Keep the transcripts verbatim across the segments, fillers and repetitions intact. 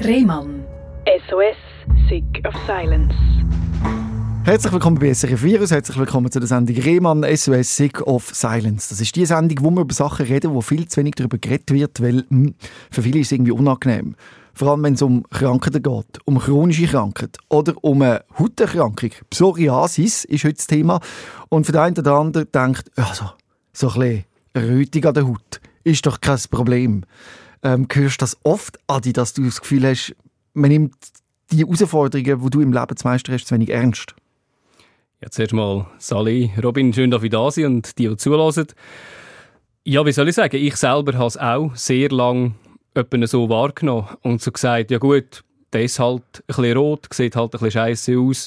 Rehmann. S O S Sick of Silence. Herzlich willkommen bei S R F Virus, herzlich willkommen zu der Sendung Rehmann, S O S Sick of Silence. Das ist die Sendung, wo wir über Sachen reden, wo viel zu wenig darüber geredet wird, weil mh, für viele ist es irgendwie unangenehm. Vor allem, wenn es um Krankheiten geht, um chronische Krankheit oder um eine Hauterkrankung. Psoriasis ist heute das Thema. Und für den einen oder anderen denkt, also, so ein bisschen Rötung an der Haut ist doch kein Problem. Ähm, hörst du das oft, Adi, dass du das Gefühl hast, man nimmt die Herausforderungen, die du im Leben zu meistern hast, zu wenig ernst? Ja, zuerst mal Sally, Robin, schön, dass ihr da seid und die, die zuhören. Ja, wie soll ich sagen, ich selber habe es auch sehr lange etwa so wahrgenommen und so gesagt, ja gut, der ist halt ein bisschen rot, sieht halt ein bisschen scheisse aus.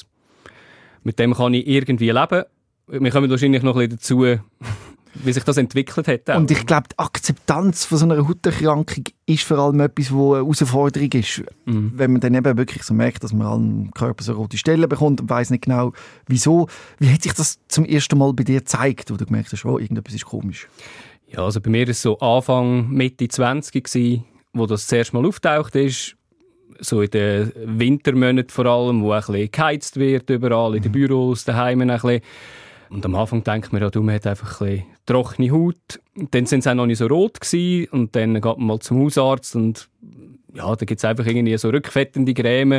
Mit dem kann ich irgendwie leben. Wir kommen wahrscheinlich noch ein bisschen dazu, wie sich das entwickelt hat. Auch. Und ich glaube, die Akzeptanz von so einer Hauterkrankung ist vor allem etwas, was eine Herausforderung ist. Mhm. Wenn man dann eben wirklich so merkt, dass man am Körper so rote Stellen bekommt und weiss nicht genau, wieso. Wie hat sich das zum ersten Mal bei dir gezeigt, wo du gemerkt hast, oh, irgendetwas ist komisch? Ja, also bei mir war es so Anfang, Mitte zwanzig gewesen, wo das zuerst mal auftaucht ist. So in den Wintermonaten vor allem, wo ein bisschen geheizt wird überall, in den Büros, daheim ein bisschen. Und am Anfang denkt man, ja, du, man hat einfach ein bisschen trockene Haut. Dann sind sie auch noch nicht so rot gewesen. Und dann geht man mal zum Hausarzt und ja, da gibt es einfach irgendwie so rückfettende Creme.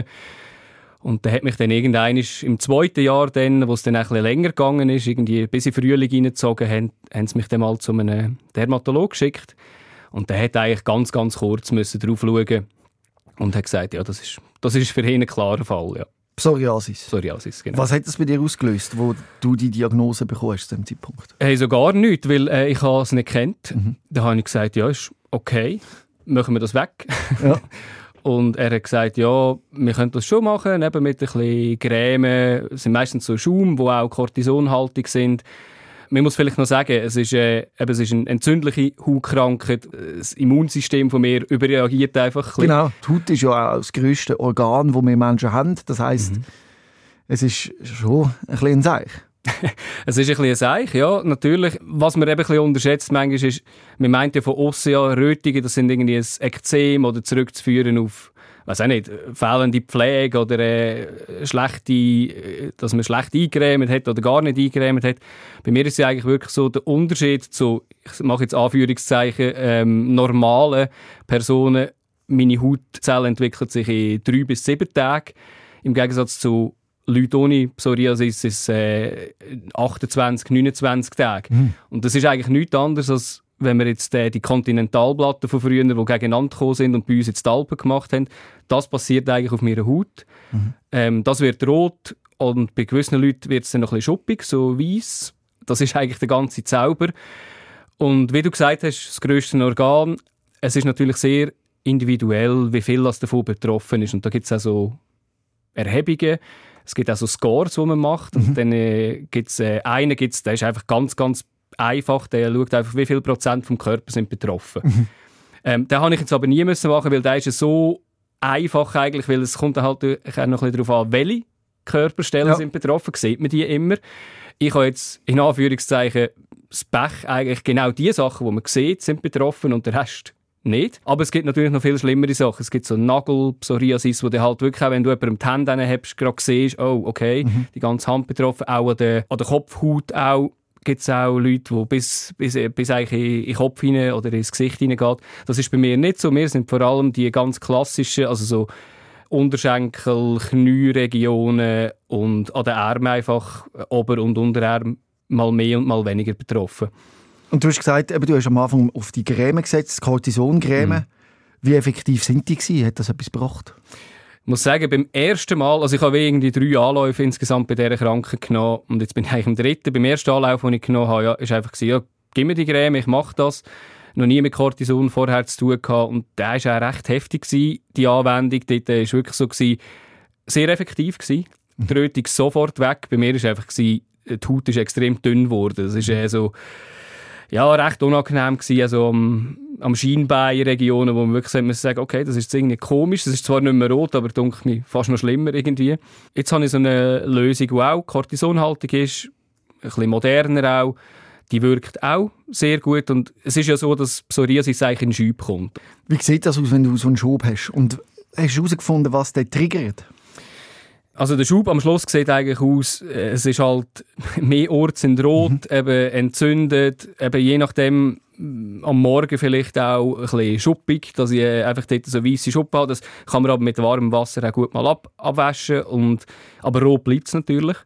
Und da hat mich dann irgendwann im zweiten Jahr, dann, wo es dann ein bisschen länger gegangen ist, irgendwie bis in Frühling reingezogen, haben, haben sie mich dann mal zu einem Dermatologen geschickt. Und der hat eigentlich ganz, ganz kurz müssen drauf schauen und hat gesagt, ja, das ist, das ist für ihn ein klarer Fall, ja. Psoriasis. Psoriasis, genau. Was hat das bei dir ausgelöst, wo du die Diagnose bekommst zu dem Zeitpunkt? Hey, so gar nichts, weil äh, ich es nicht kennt. Mhm. Da habe ich gesagt, ja, ist okay, machen wir das weg. Ja. Und er hat gesagt, ja, wir können das schon machen, eben mit ein bisschen Creme. Es sind meistens so Schaum, die auch kortisonhaltig sind. Man muss vielleicht noch sagen, es ist, äh, eben, es ist eine entzündliche Hautkrankheit. Das Immunsystem von mir überreagiert einfach ein bisschen. Genau, die Haut ist ja auch das grösste Organ, das wir Menschen haben. Das heisst, mhm. es ist schon ein bisschen ein Seich. Es ist ein bisschen ein Seich, ja, natürlich. Was man eben ein bisschen unterschätzt manchmal ist, man meint ja von aussen, ja, Rötungen, das sind irgendwie ein Ekzem oder zurückzuführen auf, weiß auch nicht, fehlende Pflege oder äh, schlechte, dass man schlecht eingecremt hat oder gar nicht eingecremt hat. Bei mir ist es ja eigentlich wirklich so der Unterschied zu, ich mache jetzt Anführungszeichen, ähm, normalen Personen. Meine Hautzelle entwickelt sich in drei bis sieben Tagen. Im Gegensatz zu Leuten ohne Psoriasis ist es äh, achtundzwanzig, neunundzwanzig Tage. Mhm. Und das ist eigentlich nichts anderes als wenn wir jetzt äh, die Kontinentalplatten von früher, die gegeneinander gekommen sind und bei uns jetzt die Alpen gemacht haben, das passiert eigentlich auf meiner Haut. Mhm. Ähm, das wird rot und bei gewissen Leuten wird es dann noch ein bisschen schuppig, so weiss. Das ist eigentlich der ganze Zauber. Und wie du gesagt hast, das grösste Organ, es ist natürlich sehr individuell, wie viel das davon betroffen ist. Und da gibt es auch so Erhebungen. Es gibt auch so Scores, die man macht. Mhm. Und dann äh, gibt es äh, einen, gibt's, der ist einfach ganz, ganz einfach, der schaut einfach, wie viel Prozent vom Körper sind betroffen. Mhm. Ähm, den habe ich jetzt aber nie müssen machen, weil der ist ja so einfach eigentlich, weil es kommt dann halt noch ein bisschen darauf an, welche Körperstellen ja. sind betroffen, sieht man die immer. Ich habe jetzt in Anführungszeichen das Pech, eigentlich genau die Sachen, die man sieht, sind betroffen und der Rest nicht. Aber es gibt natürlich noch viel schlimmere Sachen. Es gibt so Nagel-Psoriasis, wo du halt wirklich auch, wenn du jemandem die Hände hast, gerade siehst, oh, okay, mhm. die ganze Hand betroffen, auch an der, an der Kopfhaut auch. Gibt es auch Leute, die bis, bis, bis eigentlich in den Kopf hinein oder ins Gesicht hineingeht. Das ist bei mir nicht so. Wir sind vor allem die ganz klassischen, also so Unterschenkel, Knieregionen und an den Armen einfach, Ober- und Unterarm mal mehr und mal weniger betroffen. Und du hast gesagt, eben, du hast am Anfang auf die Creme gesetzt, Cortison-Creme. Mhm. Wie effektiv sind die gewesen? Hat das etwas gebracht? Ich muss sagen, beim ersten Mal, also ich habe irgendwie drei Anläufe insgesamt bei dieser Krankheit genommen und jetzt bin ich eigentlich im dritten. Beim ersten Anlauf, den ich genommen habe, ja, ist einfach gewesen, ja, gib mir die Creme, ich mache das. Noch nie mit Cortison vorher zu tun gehabt und der war auch recht heftig gewesen, die Anwendung. Dort war wirklich so gewesen, sehr effektiv gewesen. Die Rötung sofort weg. Bei mir war einfach gewesen, die Haut ist extrem dünn geworden. Das ist eher so, ja, recht unangenehm gewesen, also am, am Schienbeinregionen, wo man wirklich muss sagen, okay, das ist irgendwie komisch, das ist zwar nicht mehr rot, aber dunkel mir fast noch schlimmer irgendwie. Jetzt habe ich so eine Lösung, die auch kortisonhaltig ist, ein bisschen moderner auch, die wirkt auch sehr gut und es ist ja so, dass Psoriasis eigentlich in den Schub kommt. Wie sieht das aus, wenn du so einen Schub hast? Und hast du herausgefunden, was den triggert? Also der Schub am Schluss sieht eigentlich aus, es ist halt, mehr Orte sind rot, mhm. eben entzündet, eben je nachdem am Morgen vielleicht auch ein bisschen schuppig, dass ich einfach dort so weisse Schuppe habe. Das kann man aber mit warmem Wasser auch gut mal ab, abwaschen. Und, aber rot bleibt es natürlich.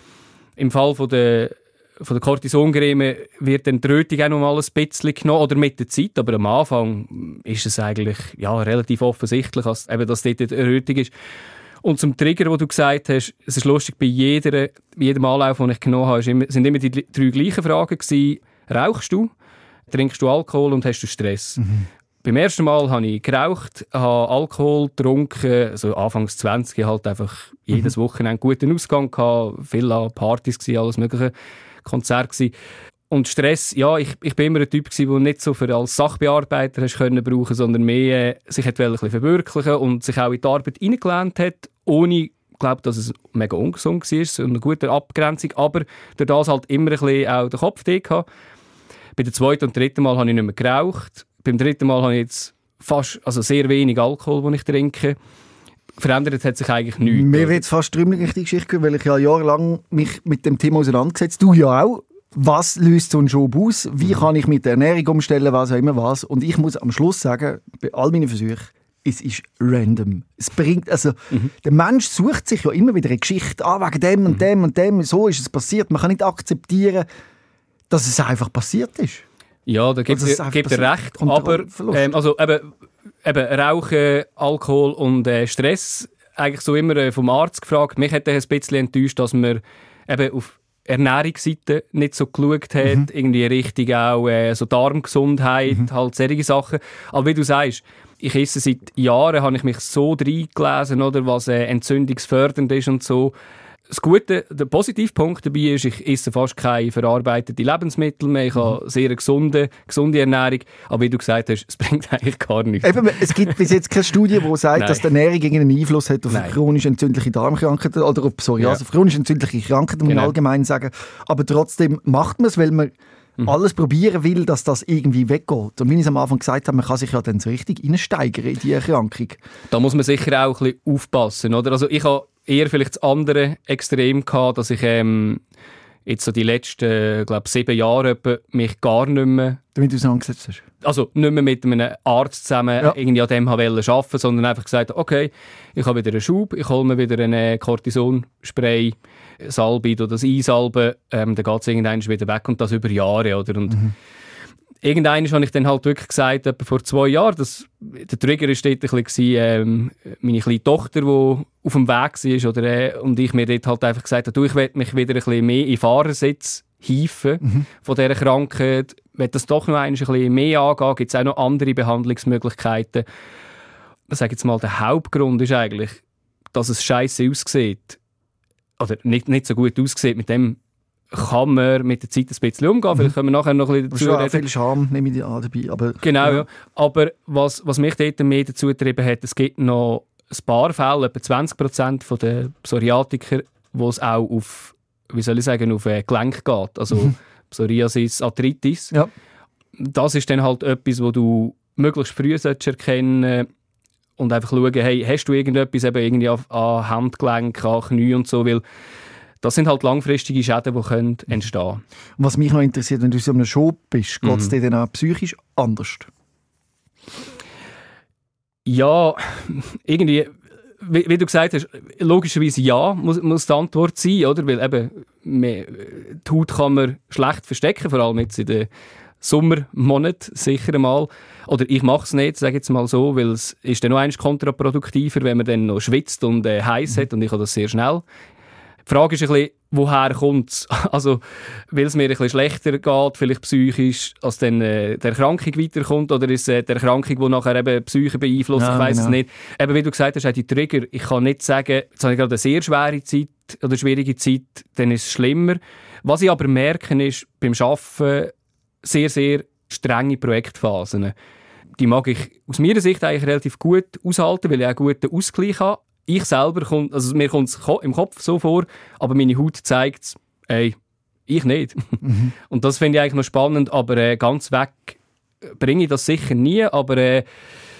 Im Fall von der, von der Cortisoncreme wird dann die Rötung auch noch mal ein bisschen genommen, oder mit der Zeit. Aber am Anfang ist es eigentlich ja, relativ offensichtlich, dass, eben, dass dort eine Rötung ist. Und zum Trigger, den du gesagt hast, es ist lustig, bei jeder, jedem Anlauf, den ich genommen habe, sind immer die drei gleichen Fragen gewesen. Rauchst du? Trinkst du Alkohol und hast du Stress? Mhm. Beim ersten Mal habe ich geraucht, habe Alkohol getrunken, also anfangs zwanzig, halt einfach jedes mhm. Wochenende guten Ausgang gehabt, viele Partys gewesen, alles mögliche, Konzerte gewesen. Und Stress, ja, ich, ich bin immer ein Typ gewesen, der nicht so für als Sachbearbeiter hast können brauchen, sondern mehr äh, sich hat ein bisschen verwirklichen und sich auch in die Arbeit hineingelernt hat, ohne, ich glaube, dass es mega ungesund war, so eine gute Abgrenzung, aber durch das halt immer ein bisschen auch den Kopf dick hatte. Bei dem zweiten und dritten Mal habe ich nicht mehr geraucht. Beim dritten Mal habe ich jetzt fast, also sehr wenig Alkohol, den ich trinke. Verändert hat sich eigentlich nichts. Mir wird es fast trümmelig, die Geschichte hören, weil ich ja jahrelang mich mit dem Thema auseinandergesetzt habe. Du ja auch. Was löst so ein Schub aus? Wie kann ich mit der Ernährung umstellen, was auch immer was? Und ich muss am Schluss sagen, bei all meinen Versuchen, es ist random. Es bringt, also, mhm. der Mensch sucht sich ja immer wieder eine Geschichte an, wegen dem und dem und dem. So ist es passiert. Man kann nicht akzeptieren, dass es einfach passiert ist. Ja, da gibt es recht. Aber ähm, also, eben, eben Rauchen, Alkohol und äh, Stress, eigentlich so immer äh, vom Arzt gefragt. Mich hat er ein bisschen enttäuscht, dass man eben auf Ernährungsseite nicht so geschaut hat, mhm. irgendwie richtig auch äh, so Darmgesundheit, mhm. halt solche Sachen. Aber wie du sagst, ich esse seit Jahren, habe ich mich so reingelesen, oder, was äh, entzündungsfördernd ist und so. Das Gute, der Positivpunkt dabei ist, ich esse fast keine verarbeiteten Lebensmittel mehr. Ich mhm. habe sehr eine gesunde, gesunde Ernährung. Aber wie du gesagt hast, es bringt eigentlich gar nichts. Eben, es gibt bis jetzt keine Studie, die sagt, Nein. dass die Ernährung irgendeinen Einfluss hat auf Nein. chronisch entzündliche Darmkrankheiten oder auf Psoriase, ja. auf chronisch entzündliche Krankheiten, muss genau. man allgemein sagen. Aber trotzdem macht man es, weil man mhm. alles probieren will, dass das irgendwie weggeht. Und wie ich es am Anfang gesagt habe, man kann sich ja dann so richtig reinsteigern in diese Erkrankung. Da muss man sicher auch ein bisschen aufpassen, oder? Also ich habe eher vielleicht das andere Extrem gehabt, dass ich ähm, jetzt so die letzten, glaube sieben Jahre etwa, mich gar nicht mehr... Damit du es angesetzt hast? Also nicht mehr mit einem Arzt zusammen ja. irgendwie an dem arbeiten, sondern einfach gesagt, okay, ich habe wieder einen Schub, ich hole mir wieder einen Cortisonspray, Salbe oder das Einsalben, ähm, dann geht es irgendwann wieder weg und das über Jahre, oder? Und mhm. irgendwann habe ich dann halt wirklich gesagt, etwa vor zwei Jahren, dass der Trigger war dort ein bisschen, ähm, meine kleine Tochter, die auf dem Weg war, oder, äh, und ich mir dort halt einfach gesagt habe, du, ich will mich wieder ein bisschen mehr in den Fahrersitz hieven mhm. von dieser Krankheit. Wenn das doch noch ein bisschen mehr angeht, gibt es auch noch andere Behandlungsmöglichkeiten. Ich sage jetzt mal, der Hauptgrund ist eigentlich, dass es scheiße aussieht, oder nicht, nicht so gut aussieht, mit dem kann man mit der Zeit ein bisschen umgehen. Vielleicht können wir nachher noch ein bisschen dazu reden. Viel Scham nehme ich an dabei. Aber, genau, ja. Ja. Aber was, was mich dort mehr dazu getrieben hat, es gibt noch ein paar Fälle, etwa zwanzig Prozent der Psoriatiker, wo es auch auf, wie soll ich sagen, auf Gelenk geht. Also mhm. Psoriasis, Arthritis. Ja. Das ist dann halt etwas, wo du möglichst früh erkennen solltest und einfach schauen, hey, hast du irgendetwas eben irgendwie an, an Handgelenk, an Knie und so, weil das sind halt langfristige Schäden, die können entstehen können. Was mich noch interessiert, wenn du so einem Schub bist, geht es mhm. dir dann auch psychisch anders? Ja, irgendwie, wie, wie du gesagt hast, logischerweise ja, muss, muss die Antwort sein, oder? Weil eben, mehr, die Haut kann man schlecht verstecken, vor allem jetzt in den Sommermonaten sicher einmal. Oder ich mache es nicht, sage jetzt mal so, weil es ist dann noch eins kontraproduktiver, wenn man dann noch schwitzt und äh, heiß mhm. hat, und ich habe das sehr schnell. Die Frage ist ein bisschen, woher kommt es? Also, weil es mir ein bisschen schlechter geht, vielleicht psychisch, als dann äh, die Erkrankung weiterkommt, oder ist es äh, die Erkrankung, die nachher eben die Psyche beeinflusst? Ja, ich weiss genau. es nicht. Eben, wie du gesagt hast, auch die Trigger. Ich kann nicht sagen, jetzt habe ich gerade eine sehr schwere Zeit oder schwierige Zeit, dann ist es schlimmer. Was ich aber merke, ist beim Arbeiten sehr, sehr strenge Projektphasen. Die mag ich aus meiner Sicht eigentlich relativ gut aushalten, weil ich auch einen guten Ausgleich habe. Ich selber, komm, also mir kommt es im Kopf so vor, aber meine Haut zeigt es, ey, ich nicht. Mhm. Und das finde ich eigentlich noch spannend, aber äh, ganz weg bringe ich das sicher nie, aber äh,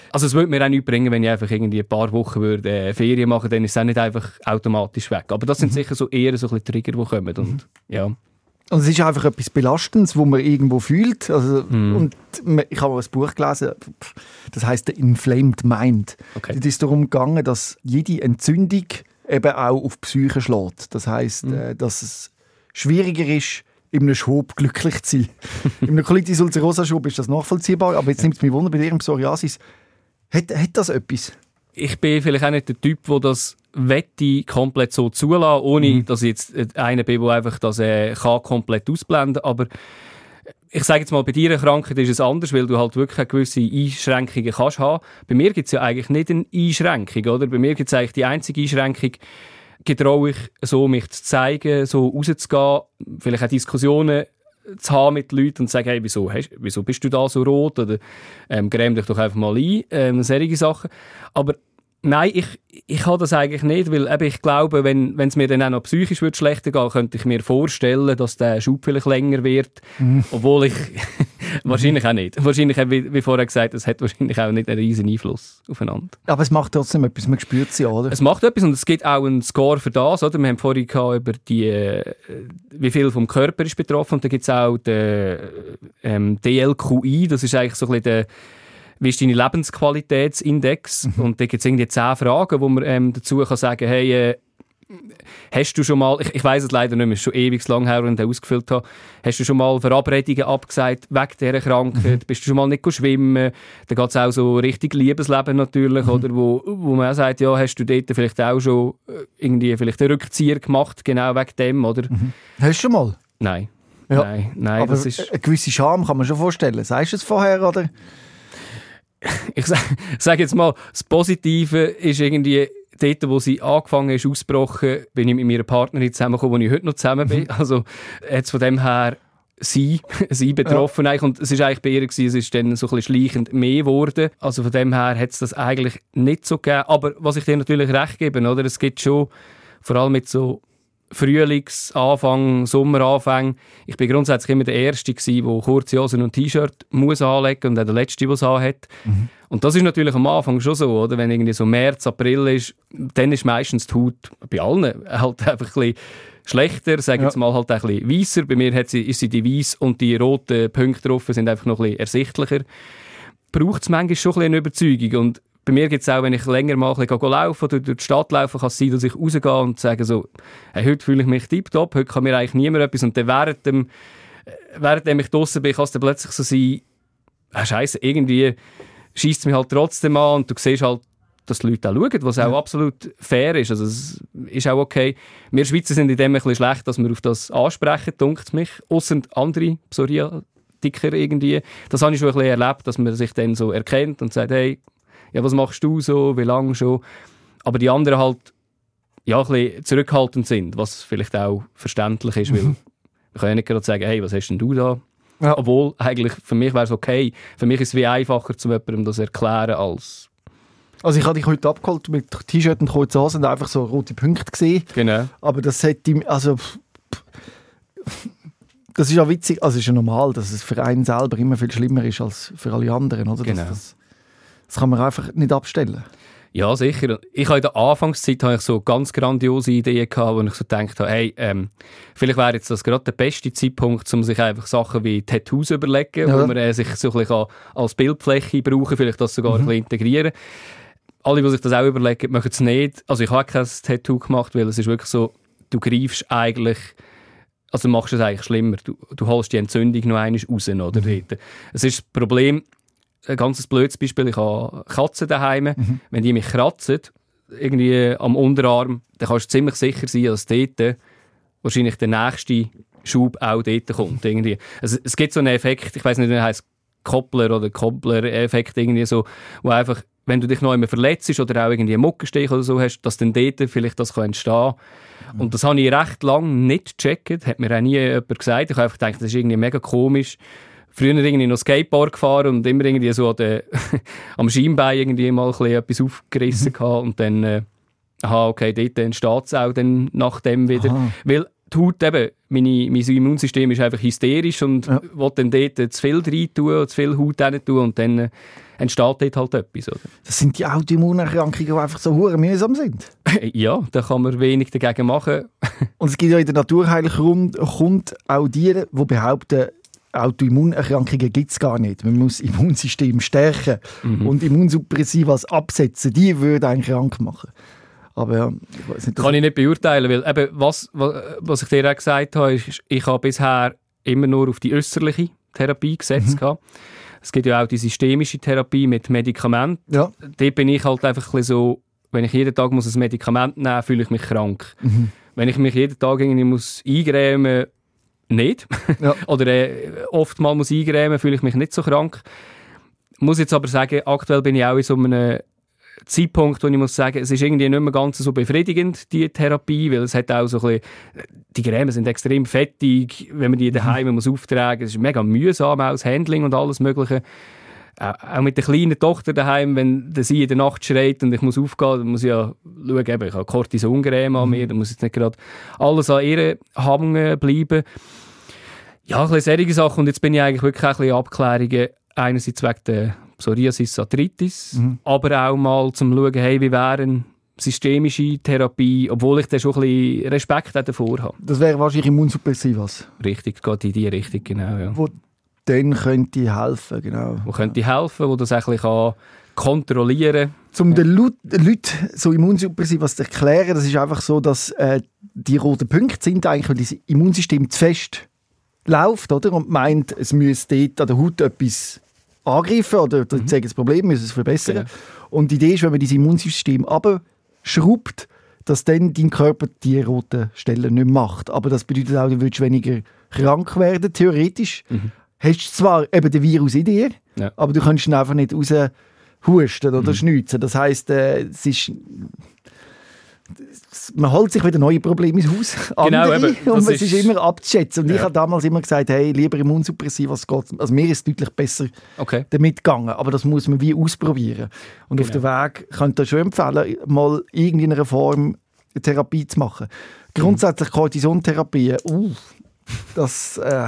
Also es würde mir auch nichts bringen, wenn ich einfach irgendwie ein paar Wochen würde, äh, Ferien machen würde, dann ist es auch nicht einfach automatisch weg. Aber das sind mhm. sicher so eher so ein Trigger, die kommen. Und, mhm. ja. Und es ist einfach etwas Belastendes, wo man irgendwo fühlt. Also, mhm. und ich habe ein Buch gelesen, das heisst «The Inflamed Mind». Okay. Es ist darum gegangen, dass jede Entzündung eben auch auf die Psyche schlägt. Das heisst, mhm. äh, dass es schwieriger ist, in einem Schub glücklich zu sein. In einem Colitis ulcerosa Schub ist das nachvollziehbar, aber jetzt nimmt es mich Wunder, bei dir im Psoriasis, hat, hat das etwas? Ich bin vielleicht auch nicht der Typ, der das wette komplett so zulassen, ohne mhm. dass ich jetzt einer bin, der einfach das äh, kann komplett ausblenden kann. Aber ich sage jetzt mal, bei dir Krankheit ist es anders, weil du halt wirklich gewisse Einschränkungen kannst haben. Bei mir gibt es ja eigentlich nicht eine Einschränkung, oder? Bei mir gibt es eigentlich die einzige Einschränkung, getraue ich so, mich zu zeigen, so rauszugehen, vielleicht auch Diskussionen zu haben mit Leuten und zu sagen, hey, wieso, hast, wieso bist du da so rot? Oder ähm, gräm dich doch einfach mal ein, ähm, solche Sachen. Aber nein, ich, ich habe das eigentlich nicht, weil eben ich glaube, wenn es mir dann auch noch psychisch wird schlechter geht, könnte ich mir vorstellen, dass der Schub vielleicht länger wird, mhm. obwohl ich wahrscheinlich auch nicht. Wahrscheinlich, wie, wie vorher gesagt, es hat wahrscheinlich auch nicht einen riesen Einfluss aufeinander. Aber es macht trotzdem etwas, man spürt es ja, oder? Es macht etwas und es gibt auch einen Score für das, oder? Wir haben vorhin gehabt über die, äh, wie viel vom Körper ist betroffen und da gibt es auch den ähm, D L Q I, das ist eigentlich so ein bisschen der wie ist deine Lebensqualitätsindex? Mhm. Und da gibt es irgendwie zehn Fragen, wo man ähm, dazu kann sagen, hey, äh, hast du schon mal, ich, ich weiss es leider nicht mehr, es ist schon ewig lang her, wenn ich den ausgefüllt habe, hast du schon mal Verabredungen abgesagt wegen dieser Krankheit? Mhm. Bist du schon mal nicht schwimmen? Da geht es auch so richtig Liebesleben natürlich, mhm. oder wo, wo man auch sagt, ja, hast du dort vielleicht auch schon irgendwie vielleicht einen Rückzieher gemacht, genau wegen dem, oder? Mhm. Hast du schon mal? Nein. Ja. Nein, nein, aber das ist... eine gewisse Scham kann man schon vorstellen. Sagst du es vorher, oder? Ich sage jetzt mal, das Positive ist irgendwie dort, wo sie angefangen ist, ausgebrochen, bin ich mit meiner Partnerin zusammengekommen, wo ich heute noch zusammen bin. Mhm. Also jetzt von dem her sie, sie betroffen. Ja. Und es war eigentlich bei ihr, gewesen, es ist dann so ein bisschen schleichend mehr geworden. Also von dem her hat es das eigentlich nicht so gegeben. Aber was ich dir natürlich recht gebe, oder? Es gibt schon, vor allem mit so Frühlingsanfang, Sommeranfang. Ich bin grundsätzlich immer der Erste gewesen, der kurze Hosen und T-Shirt muss anlegen und auch der Letzte, der es anhat. Mhm. Und das ist natürlich am Anfang schon so, oder? Wenn irgendwie so März, April ist, dann ist meistens die Haut bei allen halt einfach ein bisschen schlechter, sagen wir ja. mal halt ein bisschen weisser. Bei mir hat sie, ist sie die weiss und die roten Punkte drauf sind einfach noch ein bisschen ersichtlicher. Braucht es manchmal schon ein bisschen eine Überzeugung und bei mir gibt es auch, wenn ich länger mal ein bisschen laufen oder durch die Stadt laufen, kann es sein, dass ich rausgehe und sage so, hey, heute fühle ich mich tipptopp, heute kann mir eigentlich niemand etwas. Und dann während, dem, während ich draussen bin, kann es dann plötzlich so sein, ah, Scheiße, irgendwie scheisst es mich halt trotzdem an und du siehst halt, dass die Leute auch schauen, was auch ja. absolut fair ist. Also es ist auch okay. Wir Schweizer sind in dem ein bisschen schlecht, dass wir auf das ansprechen, dunkt mich. Ausser andere Psoriatiker irgendwie. Das habe ich schon ein bisschen erlebt, dass man sich dann so erkennt und sagt, hey, ja, was machst du so, wie lange schon? Aber die anderen halt ja, ein bisschen zurückhaltend sind, was vielleicht auch verständlich ist, weil wir können ja nicht gerade sagen, hey, was hast denn du da? Ja. Obwohl, eigentlich, für mich wäre es okay. Für mich ist es wie einfacher, zu jemandem das erklären, als... Also ich habe dich heute abgeholt mit T-Shirt und kurzen Hosen und einfach so rote Punkte gesehen. Genau. Aber das hätte also das ist ja witzig, also es ist ja normal, dass es für einen selber immer viel schlimmer ist als für alle anderen, oder? Genau. Das, das kann man einfach nicht abstellen. Ja, sicher. Ich habe in der Anfangszeit habe ich so ganz grandiose Ideen gehabt, wo ich so gedacht habe, hey, ähm, vielleicht wäre jetzt das gerade der beste Zeitpunkt, um sich einfach Sachen wie Tattoos zu überlegen, ja. wo man äh, sich so ein bisschen als Bildfläche brauchen kann, vielleicht das sogar mhm. ein bisschen integrieren. Alle, die sich das auch überlegen, machen es nicht. Also ich habe kein Tattoo gemacht, weil es ist wirklich so, du greifst eigentlich, also machst es eigentlich schlimmer. Du, du holst die Entzündung noch einmal raus. Oder? Mhm. Es ist das Problem, ein ganz blödes Beispiel, ich habe Katzen daheim. Mhm. Wenn die mich kratzen, irgendwie am Unterarm, dann kannst du ziemlich sicher sein, dass dort wahrscheinlich der nächste Schub auch dort kommt. Irgendwie. Es, es gibt so einen Effekt, ich weiss nicht, wie er heisst, Koppler oder Koppler-Effekt, irgendwie so, wo einfach, wenn du dich noch immer verletzt oder auch irgendwie einen Muckenstich oder so hast, dass dann dort vielleicht das entstehen kann. Mhm. Und das habe ich recht lange nicht gecheckt, hat mir auch nie jemand gesagt. Ich habe einfach gedacht, das ist irgendwie mega komisch. Früher irgendwie noch Skateboard gefahren und immer irgendwie so an der, am Schienbein irgendwie mal ein bisschen etwas aufgerissen mhm. gehabt und dann, äh, aha, okay, dort entsteht es auch dann nach dem wieder. Aha. Weil die Haut, eben, meine, mein Immunsystem ist einfach hysterisch und ja. will dann dort zu viel rein tun, zu viel Haut rein tun und dann äh, entsteht dort halt etwas. Oder? Das sind die Autoimmunerkrankungen, die einfach so hure mühsam sind. Ja, da kann man wenig dagegen machen. Und es gibt ja in der Naturheilkunde kommt auch die, die behaupten, Autoimmunerkrankungen gibt es gar nicht. Man muss das Immunsystem stärken mhm. und Immunsuppressivas absetzen. Die würden einen krank machen. Aber ja, ich weiß nicht, kann ich nicht beurteilen, weil eben was, was, was ich dir auch gesagt habe, ist, ich habe bisher immer nur auf die äußerliche Therapie gesetzt. Mhm. Es gibt ja auch die systemische Therapie mit Medikamenten. Ja. Dort bin ich halt einfach ein bisschen so, wenn ich jeden Tag muss ein Medikament nehmen muss, fühle ich mich krank. Mhm. Wenn ich mich jeden Tag irgendwie muss eingrämen muss, nicht. Ja. Oder äh, oft mal muss eingrämen, fühle ich mich nicht so krank. Ich muss jetzt aber sagen, aktuell bin ich auch in so einem Zeitpunkt, wo ich muss sagen, es ist irgendwie nicht mehr ganz so befriedigend, die Therapie, weil es hat auch so ein bisschen, die Grämen sind extrem fettig, wenn man die daheim mhm. muss auftragen, es ist mega mühsam, auch das Handling und alles Mögliche. Auch mit der kleinen Tochter daheim, wenn sie in der Nacht schreit und ich muss aufgehen, dann muss ich ja schauen, eben, ich habe Cortison-Creme an mir, dann muss jetzt nicht gerade alles an ihr hängen bleiben. Ja, ein bisschen solche Sachen und jetzt bin ich eigentlich wirklich ein bisschen Abklärungen, einerseits wegen der Psoriasis, Arthritis, mhm. aber auch mal zum schauen, hey, wie wäre eine systemische Therapie, obwohl ich da schon ein bisschen Respekt davor habe. Das wäre wahrscheinlich Immunsuppressivas. Richtig, geht in die Richtung, genau, ja. Wo dann könnte helfen, genau. Wo könnte helfen, wo das eigentlich kann kontrollieren kann. Um den Leuten so Immunsuppressivas zu erklären, das ist einfach so, dass äh, die roten Punkte sind eigentlich, weil das Immunsystem zu fest läuft, oder? Und meint, es müsste dort an der Haut etwas angreifen oder mhm. sagen, das Problem müssen es verbessern. Genau. Und die Idee ist, wenn man dieses Immunsystem abschraubt, dass dann dein Körper die roten Stellen nicht macht. Aber das bedeutet auch, du würdest weniger krank werden, theoretisch. Mhm. Hast du zwar eben den Virus in dir, ja. aber du kannst ihn einfach nicht raushusten oder mhm. schnitzen. Das heisst, äh, es ist... Man holt sich wieder neue Probleme ins Haus. Genau, andere, eben, und es ist, ist immer abzuschätzen. Und ja. ich habe damals immer gesagt, hey, lieber Immunsuppressiv, was geht. Also mir ist deutlich besser okay. damit gegangen. Aber das muss man wie ausprobieren. Und genau. auf dem Weg könnte ich schon empfehlen, mal irgendwie in einer Form eine Therapie zu machen. Grundsätzlich Cortisontherapie, uh, das äh,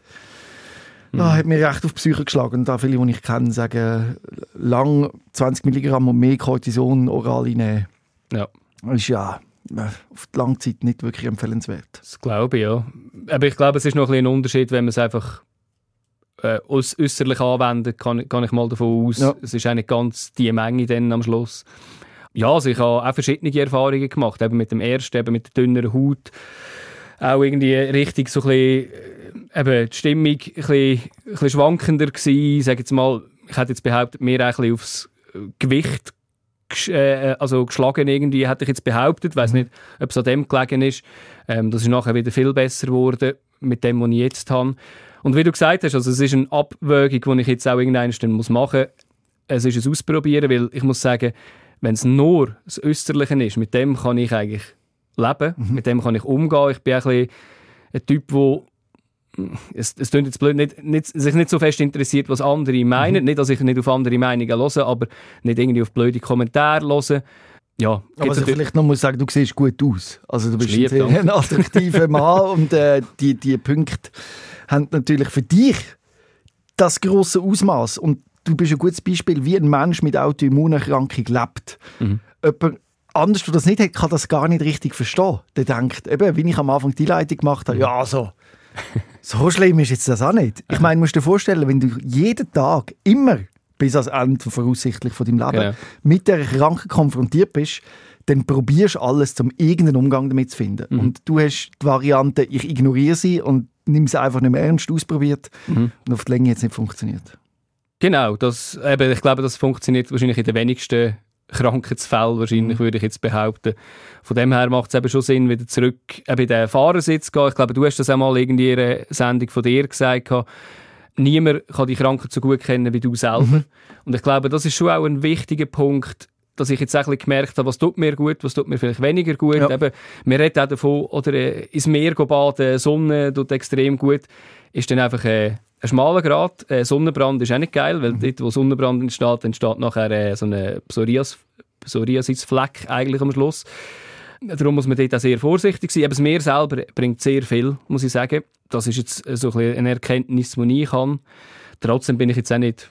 mhm. ah, hat mir recht auf die Psyche geschlagen. Und da viele, die ich kenne, sagen, lang zwanzig Milligramm und mehr Cortison oral einnehmen. Ja. Das ist ja auf die Langzeit nicht wirklich empfehlenswert. Das glaube ich, ja. Aber ich glaube, es ist noch ein, ein Unterschied, wenn man es einfach äh, äußerlich anwendet, kann, kann ich mal davon aus. Ja. Es ist auch nicht ganz die Menge dann am Schluss. Ja, also ich habe auch verschiedene Erfahrungen gemacht, eben mit dem ersten, eben mit der dünneren Haut. Auch irgendwie richtig so ein bisschen, eben die Stimmung ein bisschen, ein bisschen schwankender gewesen. Ich sage jetzt mal, ich hätte jetzt behauptet, mehr ein bisschen aufs Gewicht also geschlagen irgendwie, hätte ich jetzt behauptet. Ich weiss nicht, ob es an dem gelegen ist. Ähm, das ist nachher wieder viel besser geworden mit dem, was ich jetzt habe. Und wie du gesagt hast, also es ist eine Abwägung, die ich jetzt auch irgendwann machen muss. Es ist ein Ausprobieren, weil ich muss sagen, wenn es nur das Äußerliche ist, mit dem kann ich eigentlich leben, mhm. mit dem kann ich umgehen. Ich bin ein, bisschen ein Typ, der Es, es klingt jetzt blöd, nicht, nicht, sich nicht so fest interessiert, was andere meinen. Mhm. Nicht, dass ich nicht auf andere Meinungen höre, aber nicht irgendwie auf blöde Kommentare höre. Ja, aber was ich vielleicht noch muss sagen, du siehst gut aus. Also du bist lieb, ein, ein attraktiver Mann und äh, die, die Punkte haben natürlich für dich das grosse Ausmaß. Und du bist ein gutes Beispiel, wie ein Mensch mit Autoimmunerkrankung lebt. Mhm. Jemand anders, der das nicht hat, kann das gar nicht richtig verstehen. Der denkt, eben, wie ich am Anfang die Leitung gemacht habe, mhm. ja, so... So schlimm ist jetzt das auch nicht. Ich meine, du musst dir vorstellen, wenn du jeden Tag, immer bis ans Ende voraussichtlich von deinem Leben, genau. mit der Krankheit konfrontiert bist, dann probierst du alles, um irgendeinen Umgang damit zu finden. Mhm. Und du hast die Variante, ich ignoriere sie und nimm sie einfach nicht mehr ernst, ausprobiert mhm. und auf die Länge jetzt nicht funktioniert. Genau, das, eben, ich glaube, das funktioniert wahrscheinlich in den wenigsten Krankheitsfälle, wahrscheinlich, würde ich jetzt behaupten. Von dem her macht es eben schon Sinn, wieder zurück in den Fahrersitz zu gehen. Ich glaube, du hast das auch mal irgendwie in einer Sendung von dir gesagt. Niemand kann die Krankheit so gut kennen wie du selber. Mhm. Und ich glaube, das ist schon auch ein wichtiger Punkt, dass ich jetzt auch ein bisschen gemerkt habe, was tut mir gut, was tut mir vielleicht weniger gut. Ja. Eben, wir reden auch davon, oder äh, ins Meer baden, Sonne tut extrem gut, ist dann einfach äh, ein schmaler Grad. Äh, Sonnenbrand ist auch nicht geil, weil mhm. dort, wo Sonnenbrand entsteht, entsteht nachher äh, so ein Psorias, Psoriasisfleck eigentlich am Schluss. Darum muss man dort auch sehr vorsichtig sein. Aber das Meer selber bringt sehr viel, muss ich sagen. Das ist jetzt so ein bisschen eine Erkenntnis, die ich habe. Trotzdem bin ich jetzt auch nicht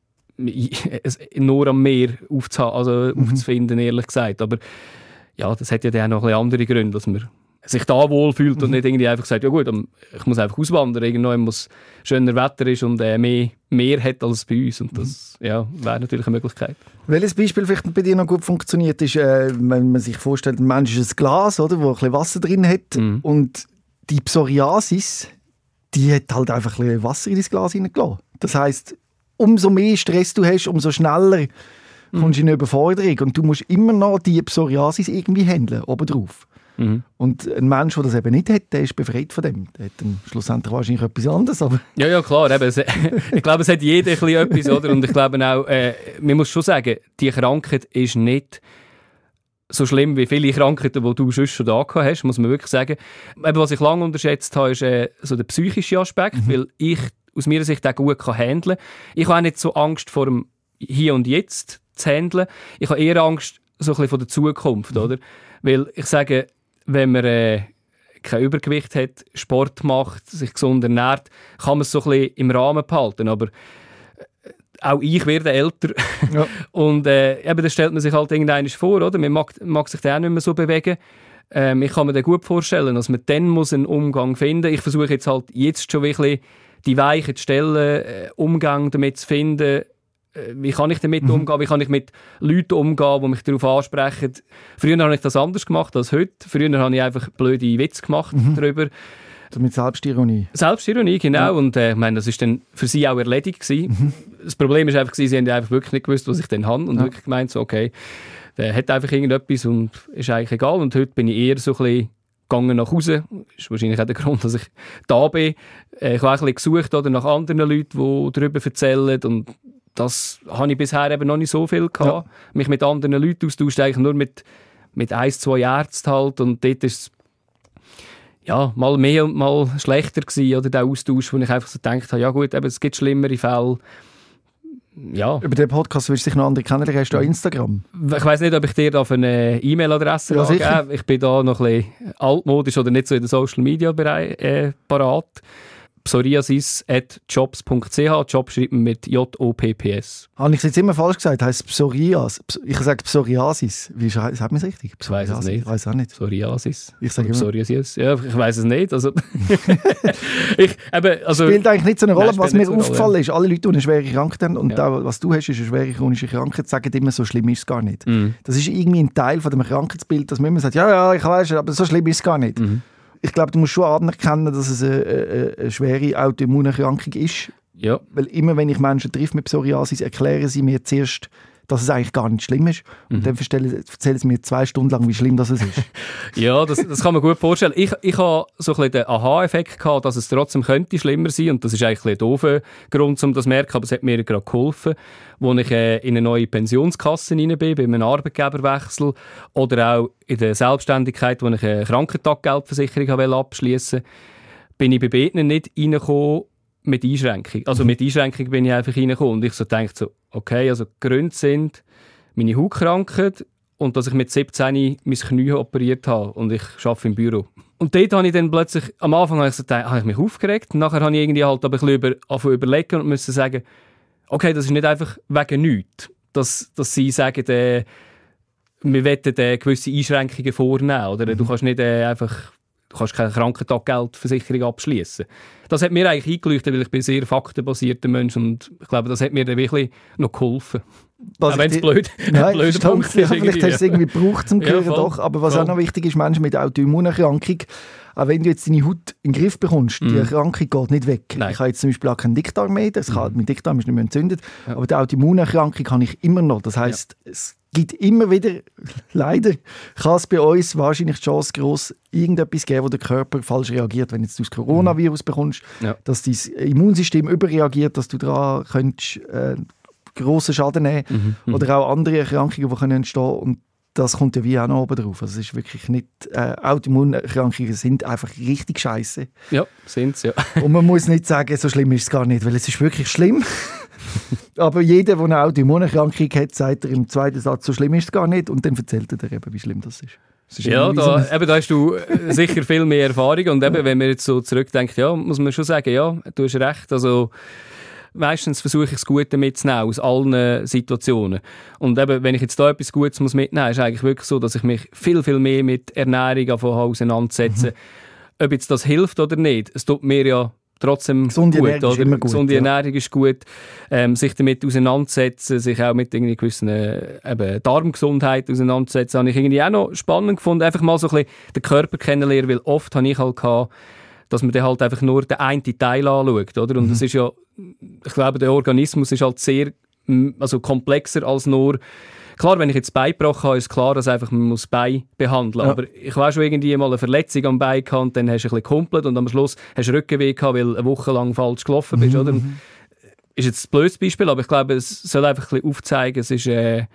nur am Meer aufzuha- also mhm. aufzufinden, ehrlich gesagt. Aber ja, das hat ja dann auch noch ein bisschen andere Gründe, dass man sich da wohlfühlt mhm. und nicht irgendwie einfach sagt, ja gut, ich muss einfach auswandern, irgendwann muss schöner Wetter ist und äh, mehr, mehr hat als bei uns. Und das mhm. ja, wäre natürlich eine Möglichkeit. Welches Beispiel vielleicht bei dir noch gut funktioniert, ist, äh, wenn man sich vorstellt, ein Mensch ist ein Glas, oder, wo ein bisschen Wasser drin hat mhm. und die Psoriasis, die hat halt einfach ein bisschen Wasser in das Glas hineingelassen. Das heisst, umso mehr Stress du hast, umso schneller mhm. kommst du in eine Überforderung und du musst immer noch die Psoriasis irgendwie handeln, obendrauf. Mhm. Und ein Mensch, der das eben nicht hat, der ist befreit von dem. Der hat dann schlussendlich wahrscheinlich etwas anderes. Aber ja, ja, klar. Eben, es, ich glaube, es hat jeder ein bisschen etwas. Oder? Und ich glaube auch, äh, man muss schon sagen, die Krankheit ist nicht so schlimm wie viele Krankheiten, die du sonst schon da gehabt hast, muss man wirklich sagen. Eben, was ich lange unterschätzt habe, ist äh, so der psychische Aspekt, mhm. weil ich aus meiner Sicht auch gut kann handeln kann. Ich habe auch nicht so Angst vor dem Hier und Jetzt zu handeln. Ich habe eher Angst so ein bisschen vor der Zukunft. Mhm. Oder? Weil ich sage, wenn man äh, kein Übergewicht hat, Sport macht, sich gesund ernährt, kann man es so ein bisschen im Rahmen behalten. Aber äh, auch ich werde älter. Ja. Und äh, eben, das stellt man sich halt irgendwann vor, oder? Man mag, mag sich dann auch nicht mehr so bewegen. Ähm, ich kann mir dann gut vorstellen, dass man dann muss einen Umgang finden muss. Ich versuche jetzt halt jetzt schon wirklich die Weichen zu stellen, äh, Umgang damit zu finden. Wie kann ich damit mhm. umgehen? Wie kann ich mit Leuten umgehen, die mich darauf ansprechen? Früher habe ich das anders gemacht als heute. Früher habe ich einfach blöde Witze gemacht mhm. darüber. Also mit Selbstironie. Selbstironie, genau. Ja. Und äh, ich meine, das war dann für sie auch erledigt gewesen. Mhm. Das Problem ist einfach, sie haben einfach wirklich nicht gewusst, was ich dann habe. Und ja. wirklich gemeint, so, okay, der hat einfach irgendetwas und ist eigentlich egal. Und heute bin ich eher so ein bisschen gegangen nach Hause. Das ist wahrscheinlich auch der Grund, dass ich da bin. Ich habe auch ein bisschen gesucht oder, nach anderen Leuten, die darüber erzählen. Und das habe ich bisher eben noch nicht so viel gehabt. Ja. Mich mit anderen Leuten austauscht, eigentlich nur mit, mit ein, zwei Ärzten halt. Und dort ist es ja, mal mehr und mal schlechter gewesen, oder der Austausch, wo ich einfach so gedacht habe, ja gut, eben, es gibt schlimmere Fälle. Ja. Über den Podcast willst du dich noch andere kennenlernen. Hast du auch Instagram? Ich weiss nicht, ob ich dir auf eine E-Mail-Adresse ja, gebe. Ich bin da noch ein bisschen altmodisch oder nicht so in den Social-Media-Bereich äh, parat. psoriasis at jobs punkt c h. Job schreibt man mit J O P P S. Habe ich es jetzt immer falsch gesagt? Heißt Psorias? Ich sage Psoriasis. Wie sagt man es richtig? Ich weiß es nicht. Ich weiß auch nicht. Psoriasis. Ich sage immer. Psoriasis. Ja, ich weiß es nicht. Also, ich, eben, also, spielt eigentlich nicht so eine Rolle. Nein, was mir so aufgefallen Rolle. Ist, alle Leute, die eine schwere Krankheit haben, und ja. auch, was du hast, ist eine schwere chronische Krankheit, sagen immer, so schlimm ist es gar nicht. Mhm. Das ist irgendwie ein Teil von dem Krankheitsbild, dass man immer sagt, ja, ja, ich weiß, aber so schlimm ist es gar nicht. Mhm. Ich glaube, du musst schon anerkennen, dass es eine, eine, eine schwere Autoimmunerkrankung ist. Ja. Weil immer, wenn ich Menschen treffe mit Psoriasis, erklären sie mir zuerst, dass es eigentlich gar nicht schlimm ist. Und mhm. dann erzählen sie mir zwei Stunden lang, wie schlimm das ist. Ja, das, das kann man gut vorstellen. Ich, ich habe so ein bisschen den Aha-Effekt gehabt, dass es trotzdem könnte schlimmer sein. Und das ist eigentlich ein doofer Grund, um das zu merken. Aber es hat mir gerade geholfen, als ich äh, in eine neue Pensionskasse rein bin, bei einem Arbeitgeberwechsel. Oder auch in der Selbstständigkeit, wo ich eine Krankentaggeldversicherung abschließen wollte, bin ich bei beiden nicht reingekommen mit Einschränkung. Also mit Einschränkung bin ich einfach reingekommen. Und ich so dachte so, okay, also die Gründe sind meine Hautkrankheit und dass ich mit siebzehn mein Knie operiert habe und ich arbeite im Büro. Und dort habe ich dann plötzlich, am Anfang habe ich, so gedacht, habe ich mich aufgeregt. Und nachher habe ich irgendwie halt aber ein bisschen über, überlegen und musste sagen, okay, das ist nicht einfach wegen nichts. Dass, dass sie sagen, äh, wir wollen äh, gewisse Einschränkungen vornehmen. Oder mhm. du kannst nicht äh, einfach... Du kannst keine Krankentaggeldversicherung abschließen. Das hat mir eigentlich eingeleuchtet, weil ich bin ein sehr faktenbasierter Mensch und ich glaube, das hat mir dann wirklich noch geholfen. Was auch wenn es blöd, nein, blöd Punkt ist. Ja, vielleicht hast du es irgendwie gebraucht zum Hören, ja, doch. Aber was voll. Auch noch wichtig ist, Menschen mit Autoimmunerkrankung, auch wenn du jetzt deine Haut in den Griff bekommst, mm. die Erkrankung geht nicht weg. Nein. Ich habe jetzt zum Beispiel auch keinen Dickdarm mehr, das kann, mm. mein Dickdarm ist nicht mehr entzündet, ja. aber die Autoimmunerkrankung habe ich immer noch. Das heisst, ja. es gibt immer wieder, leider kann es bei uns wahrscheinlich die Chance gross irgendetwas geben, wo der Körper falsch reagiert. Wenn jetzt du das Coronavirus mm. bekommst, ja. dass dein Immunsystem überreagiert, dass du daran könntest, äh, grossen Schaden nehmen mhm. oder auch andere Erkrankungen, die können entstehen können. Und das kommt ja wie auch noch oben drauf. Also es ist wirklich nicht... Äh, Autoimmunerkrankungen sind einfach richtig scheisse. Ja, sind sie, ja. Und man muss nicht sagen, so schlimm ist es gar nicht, weil es ist wirklich schlimm. Aber jeder, der eine Autoimmunerkrankung hat, sagt er im zweiten Satz, so schlimm ist es gar nicht. Und dann erzählt er dir eben, wie schlimm das ist. Ja, da, eben, da hast du sicher viel mehr Erfahrung. Und eben, wenn man jetzt so zurückdenkt, ja, muss man schon sagen, ja, du hast recht. Also, meistens versuche ich das Gute mitzunehmen aus allen Situationen. Und eben, wenn ich jetzt da etwas Gutes muss mitnehmen muss, ist es eigentlich wirklich so, dass ich mich viel, viel mehr mit Ernährung auseinandersetze. Mhm. Ob jetzt das hilft oder nicht, es tut mir ja trotzdem gesunde gut. Ernährung oder? Ist immer gut, gesunde ja. Ernährung ist gut. Ähm, sich damit auseinandersetzen, sich auch mit irgendwie gewissen äh, eben Darmgesundheit auseinandersetzen, habe ich irgendwie auch noch spannend gefunden. Einfach mal so ein bisschen den Körper kennenlernen, weil oft habe ich halt gehabt, dass man dann halt einfach nur den einen Teil anschaut. Oder? Und mhm. das ist ja, ich glaube, der Organismus ist halt sehr also komplexer als nur. Klar, wenn ich jetzt Bein gebrochen habe, ist klar, dass einfach man muss das Bein behandeln muss. Ja. Aber ich habe schon irgendwie mal eine Verletzung am Bein gehabt und dann hast du ein bisschen gehumpelt und am Schluss hast du Rückenweh gehabt, weil du eine Woche lang falsch gelaufen bist. Mhm. Oder? Ist jetzt ein blödes Beispiel, aber ich glaube, es soll einfach ein bisschen aufzeigen, es ist äh,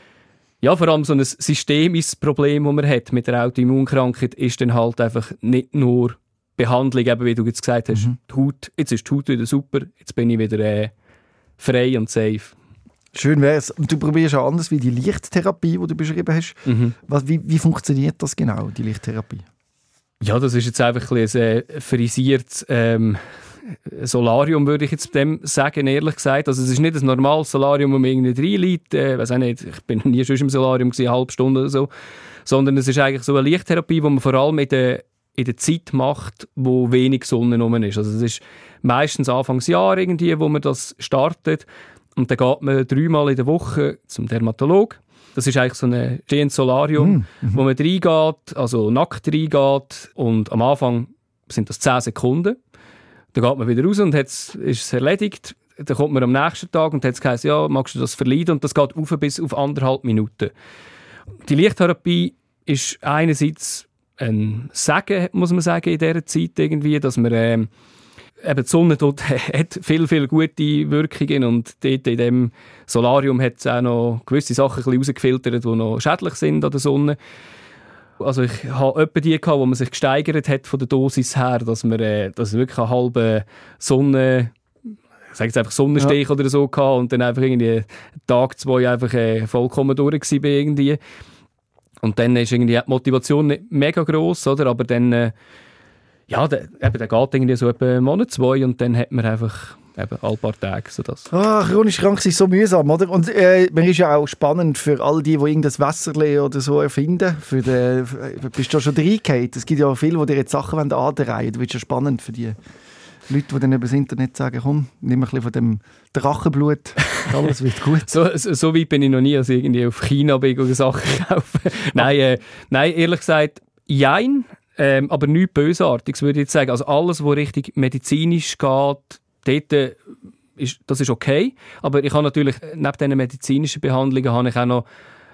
ja, vor allem so ein systemisches Problem, das man hat mit der Autoimmunkrankheit, ist dann halt einfach nicht nur Behandlung, eben wie du jetzt gesagt hast, mhm. die Haut, jetzt ist die Haut wieder super, jetzt bin ich wieder äh, frei und safe. Schön wäre es. Du probierst auch anders wie die Lichttherapie, die du beschrieben hast. Mhm. Was, wie, wie funktioniert das genau, die Lichttherapie? Ja, das ist jetzt einfach ein, ein äh, frisiertes ähm, Solarium, würde ich jetzt dem sagen, ehrlich gesagt. Also es ist nicht ein normales Solarium, wo man irgendwie reinliegt. Äh, weiß auch nicht, ich bin nie schon im Solarium gewesen, eine halbe Stunde oder so. Sondern es ist eigentlich so eine Lichttherapie, die man vor allem in der, in der Zeit macht, wo wenig Sonne rum ist. Also es ist meistens Anfangsjahr irgendwie, wo man das startet. Und dann geht man dreimal in der Woche zum Dermatolog. Das ist eigentlich so ein stehendes Solarium, mm, mm. wo man reingeht, also nackt reingeht. Und am Anfang sind das zehn Sekunden. Dann geht man wieder raus und ist es erledigt. Dann kommt man am nächsten Tag und hat gesagt, ja, magst du das verleiden? Und das geht auf bis auf anderthalb Minuten. Die Lichttherapie ist einerseits ein Segen, muss man sagen, in dieser Zeit irgendwie, dass man äh, eben die Sonne dort hat viel, viel gute Wirkungen und dort in dem Solarium hat es auch noch gewisse Sachen ein bisschen rausgefiltert, die noch schädlich sind an der Sonne. Also ich habe etwa die gehabt, wo man sich gesteigert hat von der Dosis her, dass man äh, dass wirklich eine halbe Sonne, ich sage jetzt einfach Sonnenstich ja. oder so gehabt und dann einfach irgendwie Tag, zwei einfach äh, vollkommen durch war irgendwie. Und dann ist irgendwie die Motivation nicht mega gross, oder? Aber dann äh, ja, der, eben, der geht irgendwie so etwa einen Monat, zwei und dann hat man einfach eben alle paar Tage so das. Ah, chronisch krank ist so mühsam, oder? Und äh, man ist ja auch spannend für all die, die irgendein Wässerle oder so erfinden. Für den, bist du da schon reingehauen? Es gibt ja auch viele, die dir jetzt Sachen anreihen. Du bist ja spannend für die Leute, die dann über das Internet sagen, komm, nimm ein bisschen von dem Drachenblut, alles wird gut. so, so, so weit bin ich noch nie, als ich irgendwie auf China bin oder Sachen kaufen. nein, äh, nein, ehrlich gesagt, jein. Ähm, aber nichts Bösartiges, würde ich jetzt sagen. Also alles, was richtig medizinisch geht, dort, äh, ist, das ist okay. Aber ich habe natürlich, neben diesen medizinischen Behandlungen, habe ich auch noch